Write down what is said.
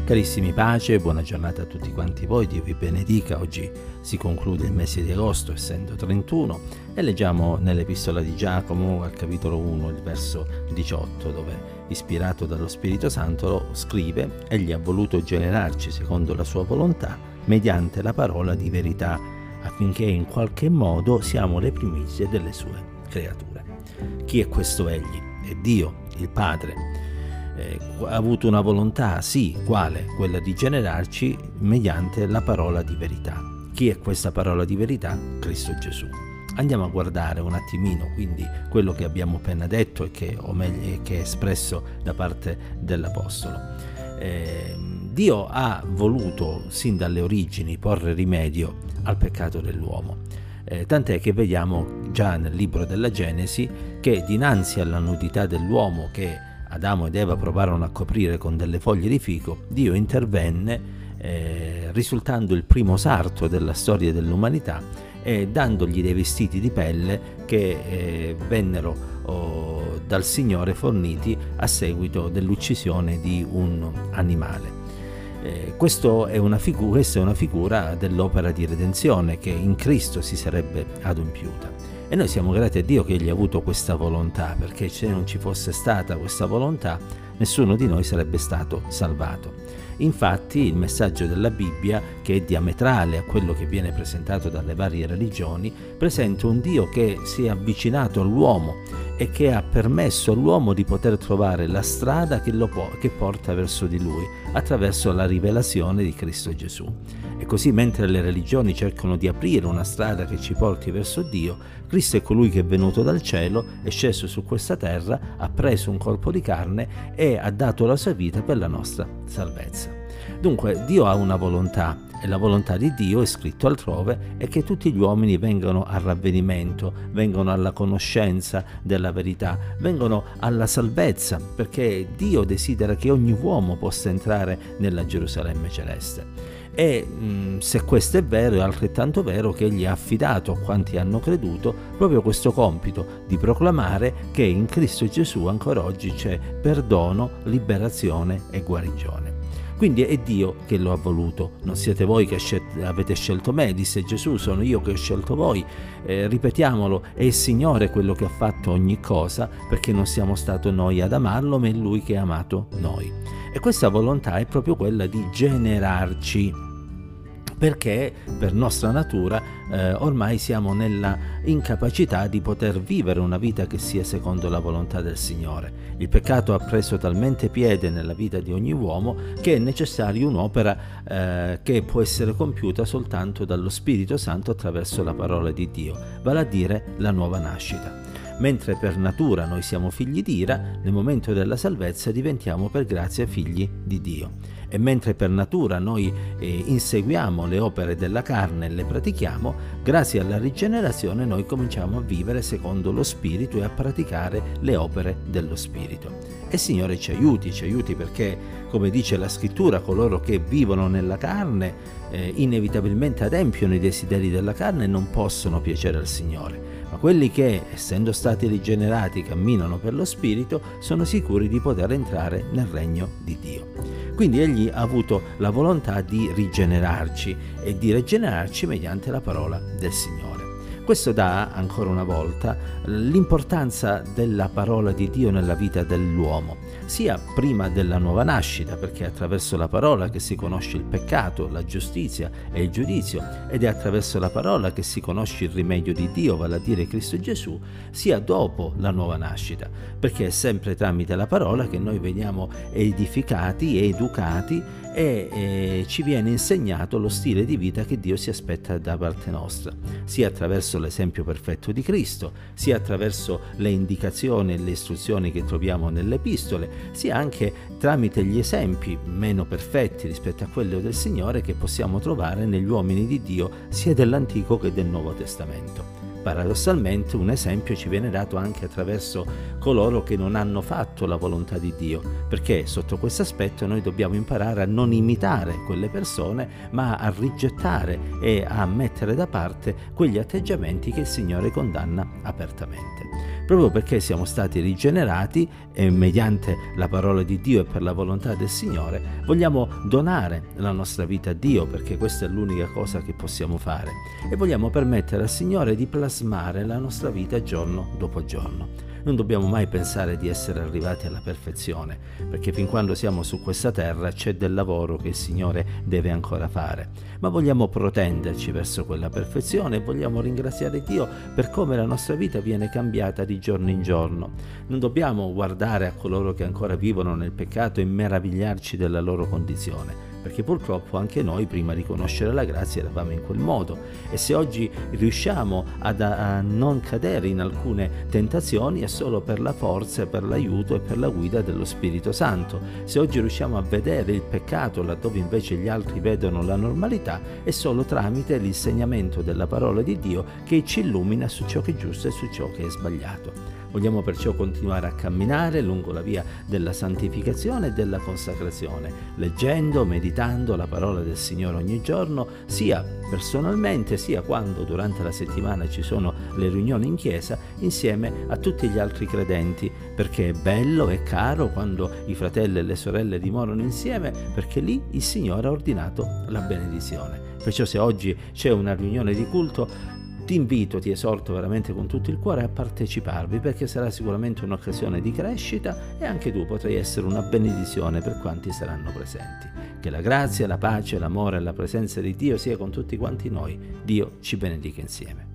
Carissimi, pace e buona giornata a tutti quanti voi, Dio vi benedica. Oggi si conclude il mese di agosto, essendo 31, e leggiamo nell'Epistola di Giacomo al capitolo 1, il verso 18, dove, ispirato dallo Spirito Santo, scrive: Egli ha voluto generarci secondo la sua volontà, mediante la parola di verità, affinché in qualche modo siamo le primizie delle sue creature. Chi è questo Egli? È Dio, il Padre. Ha avuto una volontà, sì, quale? Quella di generarci mediante la parola di verità. Chi è questa parola di verità? Cristo Gesù. Andiamo a guardare un attimino quindi quello che abbiamo appena detto e che è espresso da parte dell'Apostolo. Dio ha voluto sin dalle origini porre rimedio al peccato dell'uomo. Tant'è che vediamo già nel libro della Genesi che dinanzi alla nudità dell'uomo che Adamo ed Eva provarono a coprire con delle foglie di fico, Dio intervenne risultando il primo sarto della storia dell'umanità e dandogli dei vestiti di pelle che vennero dal Signore forniti a seguito dell'uccisione di un animale. Questa è una figura dell'opera di redenzione che in Cristo si sarebbe adempiuta. E noi siamo grati a Dio che Egli ha avuto questa volontà, perché se non ci fosse stata questa volontà, nessuno di noi sarebbe stato salvato. Infatti il messaggio della Bibbia, che è diametrale a quello che viene presentato dalle varie religioni, presenta un Dio che si è avvicinato all'uomo e che ha permesso all'uomo di poter trovare la strada che porta verso di Lui, attraverso la rivelazione di Cristo Gesù. E così, mentre le religioni cercano di aprire una strada che ci porti verso Dio, Cristo è colui che è venuto dal cielo, è sceso su questa terra, ha preso un corpo di carne e ha dato la sua vita per la nostra salvezza. Dunque Dio ha una volontà, e la volontà di Dio, è scritto altrove, è che tutti gli uomini vengano al ravvedimento, vengano alla conoscenza della verità, vengano alla salvezza, perché Dio desidera che ogni uomo possa entrare nella Gerusalemme celeste. E se questo è vero, è altrettanto vero che Egli ha affidato a quanti hanno creduto proprio questo compito di proclamare che in Cristo Gesù ancora oggi c'è perdono, liberazione e guarigione. Quindi è Dio che lo ha voluto, non siete voi che avete scelto me, disse Gesù, sono io che ho scelto voi. Ripetiamolo, è il Signore quello che ha fatto ogni cosa, perché non siamo stati noi ad amarlo, ma è Lui che ha amato noi. E questa volontà è proprio quella di generarci, perché per nostra natura ormai siamo nella incapacità di poter vivere una vita che sia secondo la volontà del Signore. Il peccato ha preso talmente piede nella vita di ogni uomo che è necessaria un'opera che può essere compiuta soltanto dallo Spirito Santo attraverso la parola di Dio, vale a dire la nuova nascita. Mentre per natura noi siamo figli di ira, nel momento della salvezza diventiamo per grazia figli di Dio. E mentre per natura noi inseguiamo le opere della carne e le pratichiamo, grazie alla rigenerazione noi cominciamo a vivere secondo lo Spirito e a praticare le opere dello Spirito. E il Signore ci aiuti perché, come dice la Scrittura, coloro che vivono nella carne inevitabilmente adempiono i desideri della carne e non possono piacere al Signore. Ma quelli che, essendo stati rigenerati, camminano per lo Spirito, sono sicuri di poter entrare nel regno di Dio. Quindi Egli ha avuto la volontà di rigenerarci e di rigenerarci mediante la parola del Signore. Questo dà, ancora una volta, l'importanza della parola di Dio nella vita dell'uomo, sia prima della nuova nascita, perché è attraverso la parola che si conosce il peccato, la giustizia e il giudizio, ed è attraverso la parola che si conosce il rimedio di Dio, vale a dire Cristo Gesù, sia dopo la nuova nascita, perché è sempre tramite la parola che noi veniamo edificati e educati e ci viene insegnato lo stile di vita che Dio si aspetta da parte nostra, sia attraverso l'esempio perfetto di Cristo, sia attraverso le indicazioni e le istruzioni che troviamo nelle epistole, sia anche tramite gli esempi meno perfetti rispetto a quello del Signore che possiamo trovare negli uomini di Dio sia dell'Antico che del Nuovo Testamento. Paradossalmente un esempio ci viene dato anche attraverso coloro che non hanno fatto la volontà di Dio, perché sotto questo aspetto noi dobbiamo imparare a non imitare quelle persone, ma a rigettare e a mettere da parte quegli atteggiamenti che il Signore condanna apertamente. Proprio perché siamo stati rigenerati e mediante la parola di Dio e per la volontà del Signore vogliamo donare la nostra vita a Dio, perché questa è l'unica cosa che possiamo fare, e vogliamo permettere al Signore di plasmare la nostra vita giorno dopo giorno. Non dobbiamo mai pensare di essere arrivati alla perfezione, perché fin quando siamo su questa terra c'è del lavoro che il Signore deve ancora fare, ma vogliamo protenderci verso quella perfezione e vogliamo ringraziare Dio per come la nostra vita viene cambiata di giorno in giorno. Non dobbiamo guardare a coloro che ancora vivono nel peccato e meravigliarci della loro condizione, perché purtroppo anche noi prima di conoscere la grazia eravamo in quel modo, e se oggi riusciamo a non cadere in alcune tentazioni è solo per la forza, per l'aiuto e per la guida dello Spirito Santo. Se oggi riusciamo a vedere il peccato laddove invece gli altri vedono la normalità, è solo tramite l'insegnamento della parola di Dio che ci illumina su ciò che è giusto e su ciò che è sbagliato. Vogliamo perciò continuare a camminare lungo la via della santificazione e della consacrazione, leggendo, meditando la parola del Signore ogni giorno, sia personalmente, sia quando durante la settimana ci sono le riunioni in chiesa, insieme a tutti gli altri credenti, perché è bello e caro quando i fratelli e le sorelle dimorano insieme, perché lì il Signore ha ordinato la benedizione. Perciò se oggi c'è una riunione di culto, ti esorto veramente con tutto il cuore a parteciparvi, perché sarà sicuramente un'occasione di crescita e anche tu potrai essere una benedizione per quanti saranno presenti. Che la grazia, la pace, l'amore e la presenza di Dio sia con tutti quanti noi. Dio ci benedica insieme.